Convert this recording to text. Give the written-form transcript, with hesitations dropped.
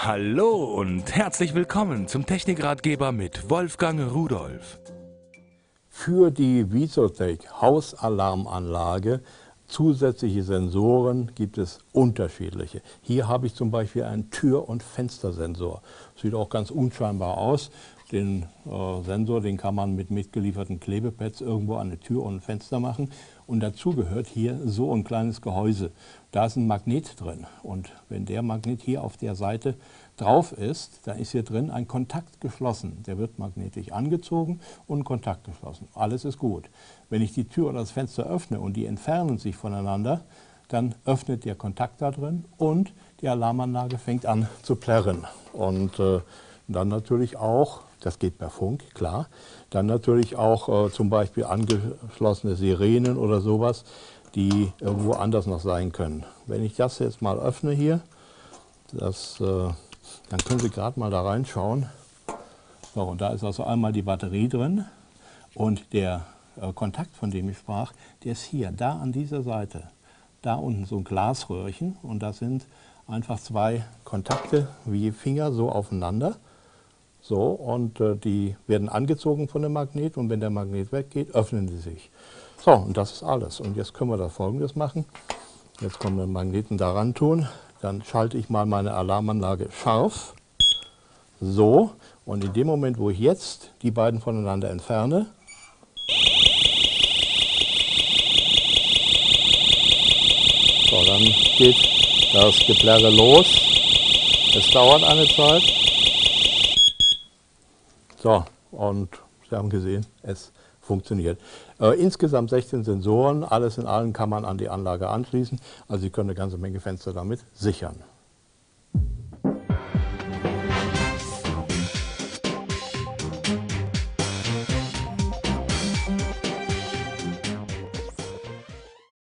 Hallo und herzlich willkommen zum Technikratgeber mit Wolfgang Rudolph. Für die Visotech Hausalarmanlage zusätzliche Sensoren gibt es unterschiedliche. Hier habe ich zum Beispiel einen Tür- und Fenstersensor. Sieht auch ganz unscheinbar aus. Den Sensor, den kann man mit mitgelieferten Klebepads irgendwo an eine Tür und ein Fenster machen. Und dazu gehört hier so ein kleines Gehäuse. Da ist ein Magnet drin. Und wenn der Magnet hier auf der Seite drauf ist, dann ist hier drin ein Kontakt geschlossen. Der wird magnetisch angezogen und Kontakt geschlossen. Alles ist gut. Wenn ich die Tür oder das Fenster öffne und die entfernen sich voneinander, dann öffnet der Kontakt da drin und die Alarmanlage fängt an zu plärren. Und dann natürlich auch, das geht per Funk, klar, dann natürlich auch zum Beispiel angeschlossene Sirenen oder sowas, die irgendwo anders noch sein können. Wenn ich das jetzt mal öffne hier, dann können Sie gerade mal da reinschauen. So, und da ist also einmal die Batterie drin und der Kontakt, von dem ich sprach, der ist hier, da an dieser Seite. Da unten so ein Glasröhrchen und das sind einfach zwei Kontakte wie Finger so aufeinander. So, und die werden angezogen von dem Magnet und wenn der Magnet weggeht, öffnen sie sich. So, und das ist alles. Und jetzt können wir da Folgendes machen. Jetzt kommen wir den Magneten daran tun. Dann schalte ich mal meine Alarmanlage scharf. So, und in dem Moment, wo ich jetzt die beiden voneinander entferne, so, dann geht das Geplärre los. Es dauert eine Zeit. So, und Sie haben gesehen, es funktioniert. Insgesamt 16 Sensoren, alles in allem kann man an die Anlage anschließen. Also Sie können eine ganze Menge Fenster damit sichern.